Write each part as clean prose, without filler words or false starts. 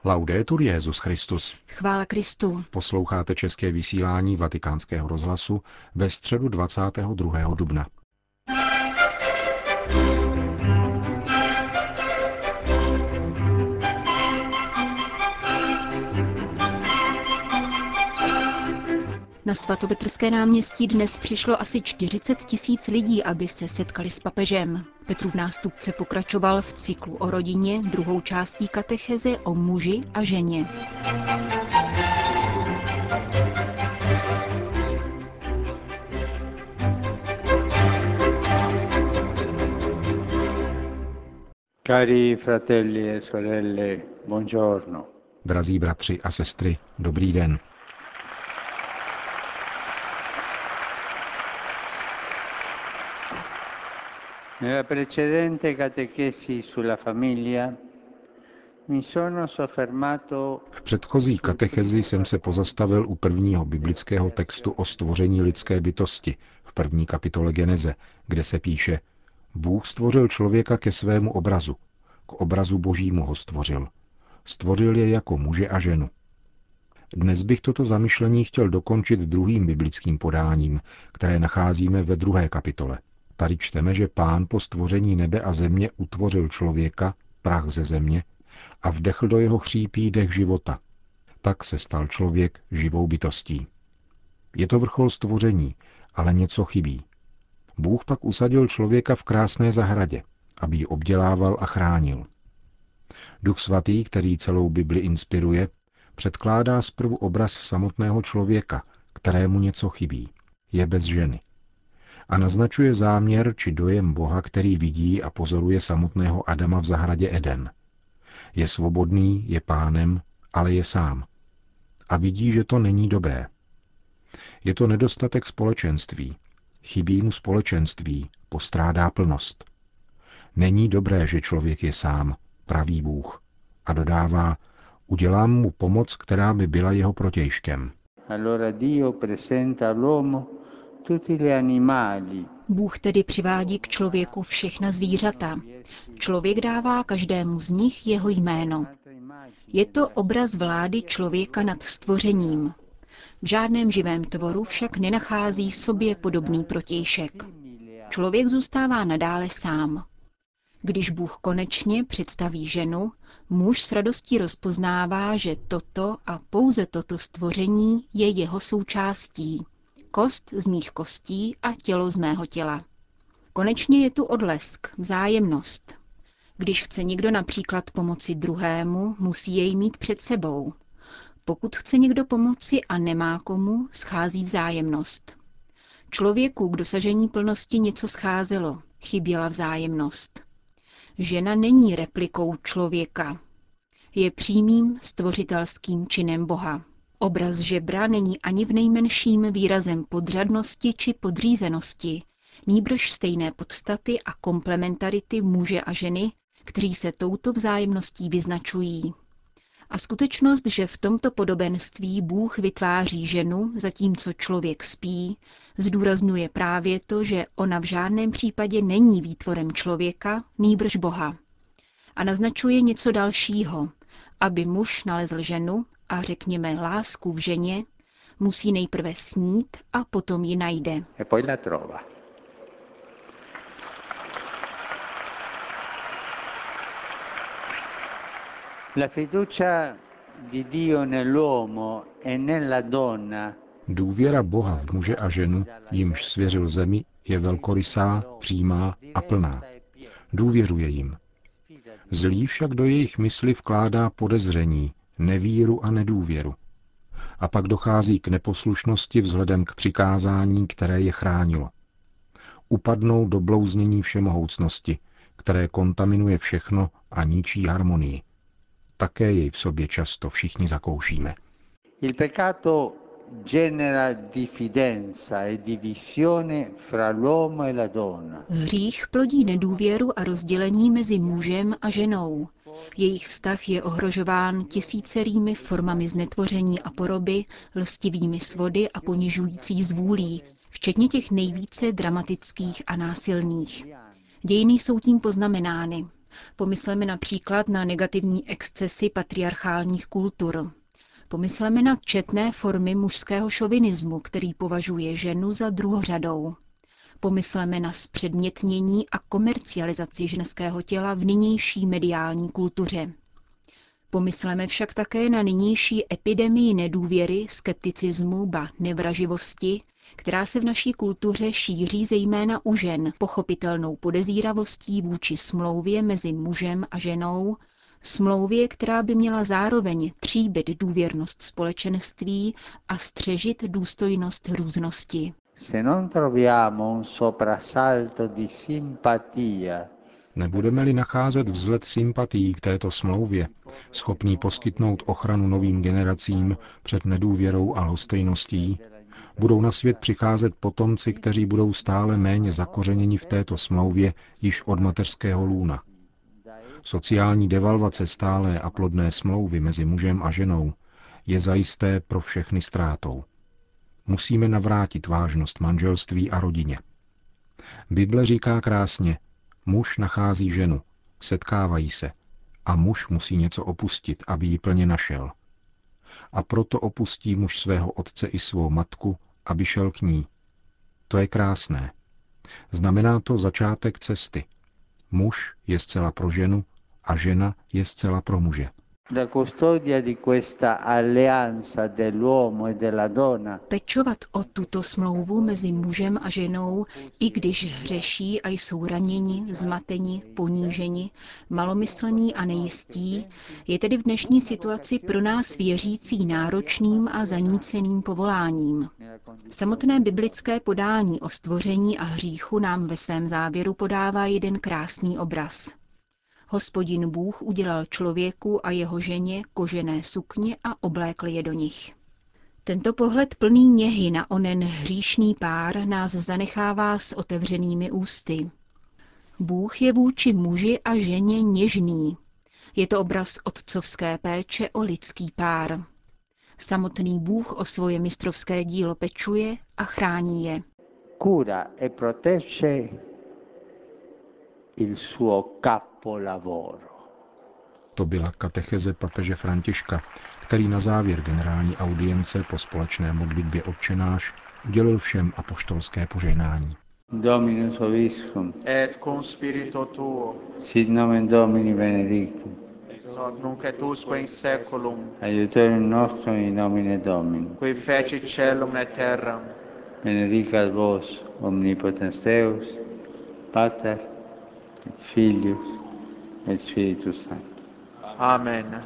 Laudetur Jesus Christus. Chvála Kristu. Posloucháte české vysílání Vatikánského rozhlasu ve středu 22. dubna. Na svatopetrské náměstí dnes přišlo asi 40 000 lidí, aby se setkali s papežem. Petrův nástupce pokračoval v cyklu o rodině druhou částí katecheze o muži a ženě. Cari fratelli e sorelle, buongiorno. Drazí bratři a sestry, dobrý den. Nella precedente catechesi sulla famiglia mi sono soffermato. V předchozí katechezi jsem se pozastavil u prvního biblického textu o stvoření lidské bytosti v první kapitole Geneze, kde se píše: Bůh stvořil člověka ke svému obrazu, k obrazu Božímu ho stvořil. Stvořil je jako muže a ženu. Dnes bych toto zamyšlení chtěl dokončit druhým biblickým podáním, které nacházíme ve 2. kapitole. Tady čteme, že Pán po stvoření nebe a země utvořil člověka, prach ze země, a vdechl do jeho chřípí dech života. Tak se stal člověk živou bytostí. Je to vrchol stvoření, ale něco chybí. Bůh pak usadil člověka v krásné zahradě, aby ji obdělával a chránil. Duch svatý, který celou Bibli inspiruje, předkládá zprvu obraz samotného člověka, kterému něco chybí. Je bez ženy. A naznačuje záměr či dojem Boha, který vidí a pozoruje samotného Adama v zahradě Eden. Je svobodný, je pánem, ale je sám. A vidí, že to není dobré. Je to nedostatek společenství. Chybí mu společenství, postrádá plnost. Není dobré, že člověk je sám, praví Bůh. A dodává, udělám mu pomoc, která by byla jeho protějškem. Allora Dio presenta all'uomo tutti gli animali. Bůh tedy přivádí k člověku všechna zvířata. Člověk dává každému z nich jeho jméno. Je to obraz vlády člověka nad stvořením. V žádném živém tvoru však nenachází sobě podobný protějšek. Člověk zůstává nadále sám. Když Bůh konečně představí ženu, muž s radostí rozpoznává, že toto a pouze toto stvoření je jeho součástí. Kost z mých kostí a tělo z mého těla. Konečně je tu odlesk, vzájemnost. Když chce někdo například pomoci druhému, musí jej mít před sebou. Pokud chce někdo pomoci a nemá komu, schází vzájemnost. Člověku k dosažení plnosti něco scházelo, chyběla vzájemnost. Žena není replikou člověka. Je přímým stvořitelským činem Boha. Obraz žebra není ani v nejmenším výrazem podřadnosti či podřízenosti, nýbrž stejné podstaty a komplementarity muže a ženy, kteří se touto vzájemností vyznačují. A skutečnost, že v tomto podobenství Bůh vytváří ženu, zatímco člověk spí, zdůrazňuje právě to, že ona v žádném případě není výtvorem člověka, nýbrž Boha. A naznačuje něco dalšího. Aby muž nalezl ženu a řekněme lásku v ženě, musí nejprve snít a potom ji najde. E poi la trova. La fiducia di Dio nell'uomo e nella donna. Důvěra Boha v muže a ženu, jimž svěřil zemi, je velkorysá, přímá a plná. Důvěřuje jim. Zlý však do jejich mysli vkládá podezření, nevíru a nedůvěru. A pak dochází k neposlušnosti vzhledem k přikázání, které je chránilo. Upadnou do blouznění všemohoucnosti, které kontaminuje všechno a ničí harmonii. Také jej v sobě často všichni zakoušíme. Il peccato genera diffidenza e divisione fra l'uomo e la donna. Hřích plodí nedůvěru a rozdělení mezi mužem a ženou. Jejich vztah je ohrožován tisícerými formami znetvoření a poroby, lstivými svody a ponižující zvůlí, včetně těch nejvíce dramatických a násilných. Dějiny jsou tím poznamenány. Pomysleme například na negativní excesy patriarchálních kultur. Pomysleme na četné formy mužského šovinismu, který považuje ženu za druhořadou. Pomysleme na zpředmětnění a komercializaci ženského těla v nynější mediální kultuře. Pomysleme však také na nynější epidemii nedůvěry, skepticismu ba nevraživosti, která se v naší kultuře šíří zejména u žen pochopitelnou podezíravostí vůči smlouvě mezi mužem a ženou, smlouvě, která by měla zároveň tříbit důvěrnost společenství a střežit důstojnost různosti. Nebudeme-li nacházet vzlet sympatií k této smlouvě, schopný poskytnout ochranu novým generacím před nedůvěrou a lhostejností, budou na svět přicházet potomci, kteří budou stále méně zakořeněni v této smlouvě již od mateřského lůna. Sociální devalvace stálé a plodné smlouvy mezi mužem a ženou je zajisté pro všechny ztrátou. Musíme navrátit vážnost manželství a rodině. Bible říká krásně, muž nachází ženu, setkávají se a muž musí něco opustit, aby ji plně našel. A proto opustí muž svého otce i svou matku, aby šel k ní. To je krásné. Znamená to začátek cesty. Muž je zcela pro ženu a žena je zcela pro muže. Pečovat o tuto smlouvu mezi mužem a ženou, i když hřeší a jsou raněni, zmateni, poníženi, malomyslní a nejistí, je tedy v dnešní situaci pro nás věřící náročným a zaníceným povoláním. Samotné biblické podání o stvoření a hříchu nám ve svém závěru podává jeden krásný obraz. Hospodin Bůh udělal člověku a jeho ženě kožené sukně a oblékl je do nich. Tento pohled plný něhy na onen hříšný pár nás zanechává s otevřenými ústy. Bůh je vůči muži a ženě něžný. Je to obraz otcovské péče o lidský pár. Samotný Bůh o svoje mistrovské dílo pečuje a chrání je. Cura e protegge il suo capolavoro. To byla katecheze papeže Františka, který na závěr generální audience po společné modlitbě Otčenáš udělil všem apoštolské požehnání. Dominus vobiscum. Et cum spiritu tuo. Sit nomen Domini benedictum. Ex hoc nunc et usque in saeculum. Aiutorium nostrum in nomine Domini. Qui feci caelum et terram. Benedicat vos omnipotens Deus, Pater et Filius et Spiritus Sanctus. Amen.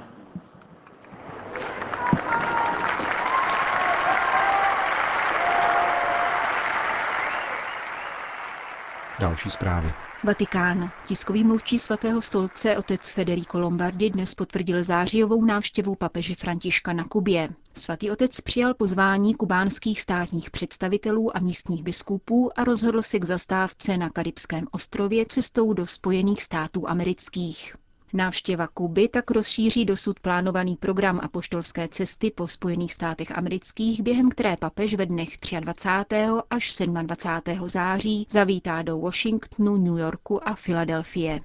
Další zprávy. Vatikán. Tiskový mluvčí svatého stolce otec Federico Lombardi dnes potvrdil zářijovou návštěvu papeže Františka na Kubě. Svatý otec přijal pozvání kubánských státních představitelů a místních biskupů a rozhodl se k zastávce na Karibském ostrově cestou do Spojených států amerických. Návštěva Kuby tak rozšíří dosud plánovaný program apoštolské cesty po Spojených státech amerických, během které papež ve dnech 23. až 27. září zavítá do Washingtonu, New Yorku a Filadelfie.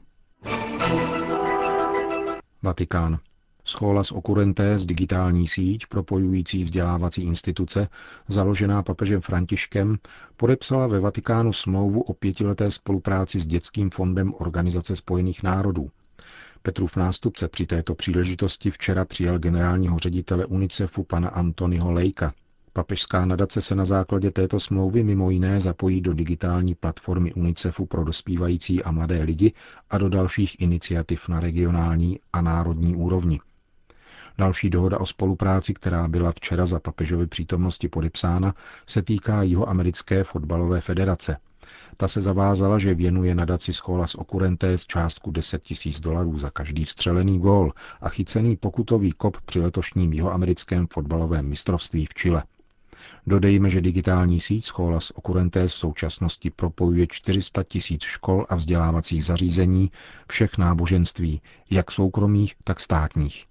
Vatikán. Scholas Occurrentes, digitální síť propojující vzdělávací instituce, založená papežem Františkem, podepsala ve Vatikánu smlouvu o 5leté spolupráci s Dětským fondem Organizace spojených národů. Petrův nástupce při této příležitosti včera přijal generálního ředitele UNICEFu pana Antonyho Lejka. Papežská nadace se na základě této smlouvy mimo jiné zapojí do digitální platformy UNICEFu pro dospívající a mladé lidi a do dalších iniciativ na regionální a národní úrovni. Další dohoda o spolupráci, která byla včera za papežovy přítomnosti podepsána, se týká Jihoamerické fotbalové federace. Ta se zavázala, že věnuje nadaci Scholas Occurrentes částku $10,000 za každý vstřelený gól a chycený pokutový kop při letošním jihoamerickém fotbalovém mistrovství v Chile. Dodejme, že digitální síť Scholas Occurrentes v současnosti propojuje 400 000 škol a vzdělávacích zařízení všech náboženství, jak soukromých, tak státních.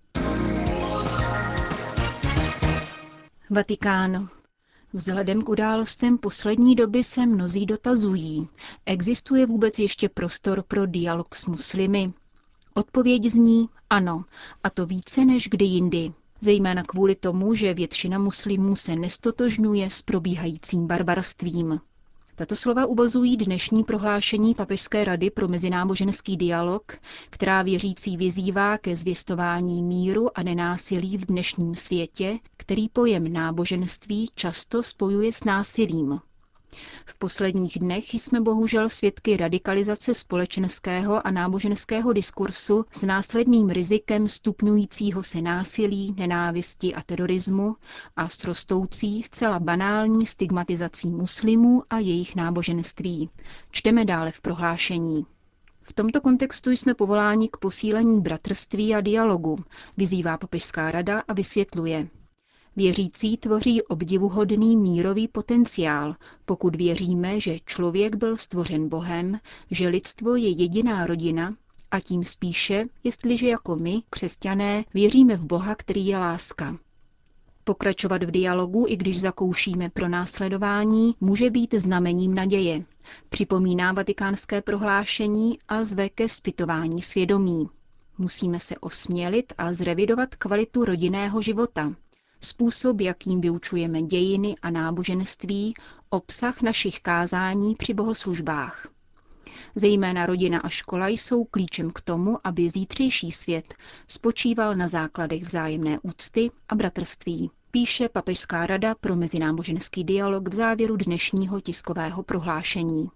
Vatikán. Vzhledem k událostem poslední doby se mnozí dotazují, existuje vůbec ještě prostor pro dialog s muslimy? Odpověď zní ano, a to více než kdy jindy. Zejména kvůli tomu, že většina muslimů se nestotožňuje s probíhajícím barbarstvím. Tato slova uvozují dnešní prohlášení Papežské rady pro mezináboženský dialog, která věřící vyzývá ke zvěstování míru a nenásilí v dnešním světě, který pojem náboženství často spojuje s násilím. V posledních dnech jsme bohužel svědky radikalizace společenského a náboženského diskursu s následným rizikem stupňujícího se násilí, nenávisti a terorismu a s rostoucí zcela banální stigmatizací muslimů a jejich náboženství. Čteme dále v prohlášení. V tomto kontextu jsme povoláni k posílení bratrství a dialogu, vyzývá Papežská rada a vysvětluje. Věřící tvoří obdivuhodný mírový potenciál, pokud věříme, že člověk byl stvořen Bohem, že lidstvo je jediná rodina a tím spíše, jestliže jako my, křesťané, věříme v Boha, který je láska. Pokračovat v dialogu, i když zakoušíme pronásledování, může být znamením naděje. Připomíná vatikánské prohlášení a zve ke zpytování svědomí. Musíme se osmělit a zrevidovat kvalitu rodinného života, způsob, jakým vyučujeme dějiny a náboženství, obsah našich kázání při bohoslužbách. Zejména rodina a škola jsou klíčem k tomu, aby zítřejší svět spočíval na základech vzájemné úcty a bratrství, píše Papežská rada pro mezináboženský dialog v závěru dnešního tiskového prohlášení.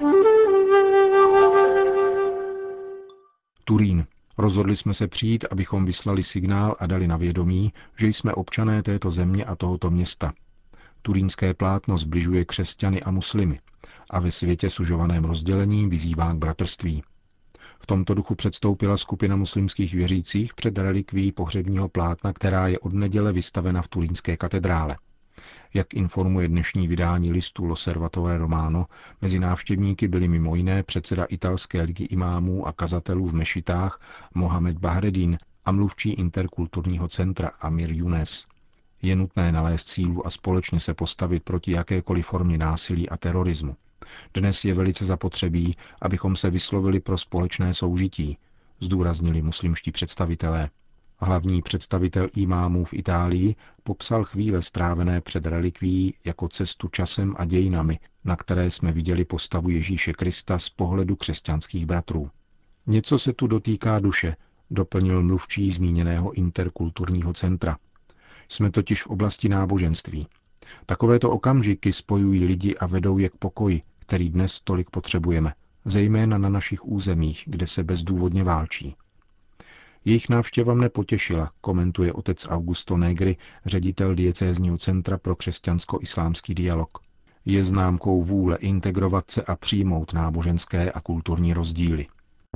Turín. Rozhodli jsme se přijít, abychom vyslali signál a dali na vědomí, že jsme občané této země a tohoto města. Turínské plátno sbližuje křesťany a muslimy a ve světě sužovaném rozdělením vyzývá k bratrství. V tomto duchu předstoupila skupina muslimských věřících před relikví pohřebního plátna, která je od neděle vystavena v turínské katedrále. Jak informuje dnešní vydání listu L'Osservatore Romano, mezi návštěvníky byli mimo jiné předseda italské ligy imámů a kazatelů v mešitách Mohamed Bahreddin a mluvčí interkulturního centra Amir Younes. Je nutné nalézt sílu a společně se postavit proti jakékoliv formě násilí a terorismu. Dnes je velice zapotřebí, abychom se vyslovili pro společné soužití, zdůraznili muslimští představitelé. Hlavní představitel imámů v Itálii popsal chvíle strávené před relikvií jako cestu časem a dějinami, na které jsme viděli postavu Ježíše Krista z pohledu křesťanských bratrů. Něco se tu dotýká duše, doplnil mluvčí zmíněného interkulturního centra. Jsme totiž v oblasti náboženství. Takovéto okamžiky spojují lidi a vedou je k pokoji, který dnes tolik potřebujeme, zejména na našich územích, kde se bezdůvodně válčí. Jejich návštěva mne potěšila, komentuje otec Augusto Negri, ředitel diecézního centra pro křesťansko-islámský dialog. Je známkou vůle integrovat se a přijmout náboženské a kulturní rozdíly.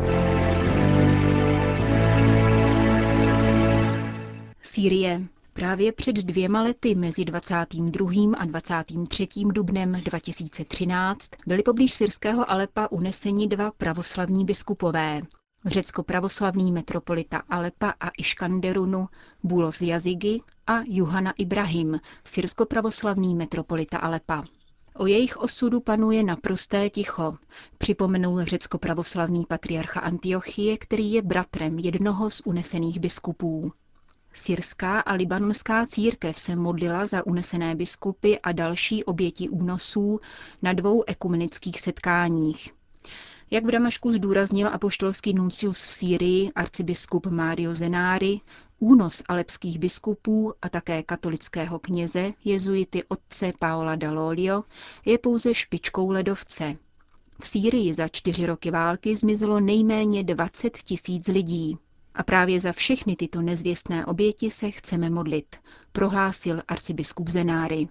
Sýrie. Právě před 2 lety mezi 22. a 23. dubnem 2013 byli poblíž syrského Alepa uneseni 2 pravoslavní biskupové. Řecko-pravoslavný metropolita Alepa a Iškanderunu Bulos Yazigi a Juhana Ibrahim, syrsko-pravoslavný metropolita Alepa. O jejich osudu panuje naprosté ticho, připomenul řecko-pravoslavný patriarcha Antiochie, který je bratrem jednoho z unesených biskupů. Syrská a libanonská církev se modlila za unesené biskupy a další oběti únosů na 2 ekumenických setkáních. Jak v Damašku zdůraznil apoštolský nuncius v Sýrii arcibiskup Mario Zenari, únos alepských biskupů a také katolického kněze jezuity otce Paola Dall'Olio je pouze špičkou ledovce. V Sýrii za 4 roky války zmizelo nejméně 20 000 lidí. A právě za všechny tyto nezvěstné oběti se chceme modlit, prohlásil arcibiskup Zenari.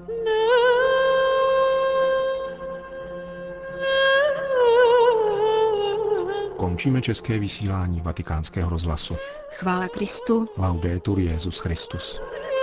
Končíme české vysílání Vatikánského rozhlasu. Chvála Kristu. Laudetur Jesus Christus.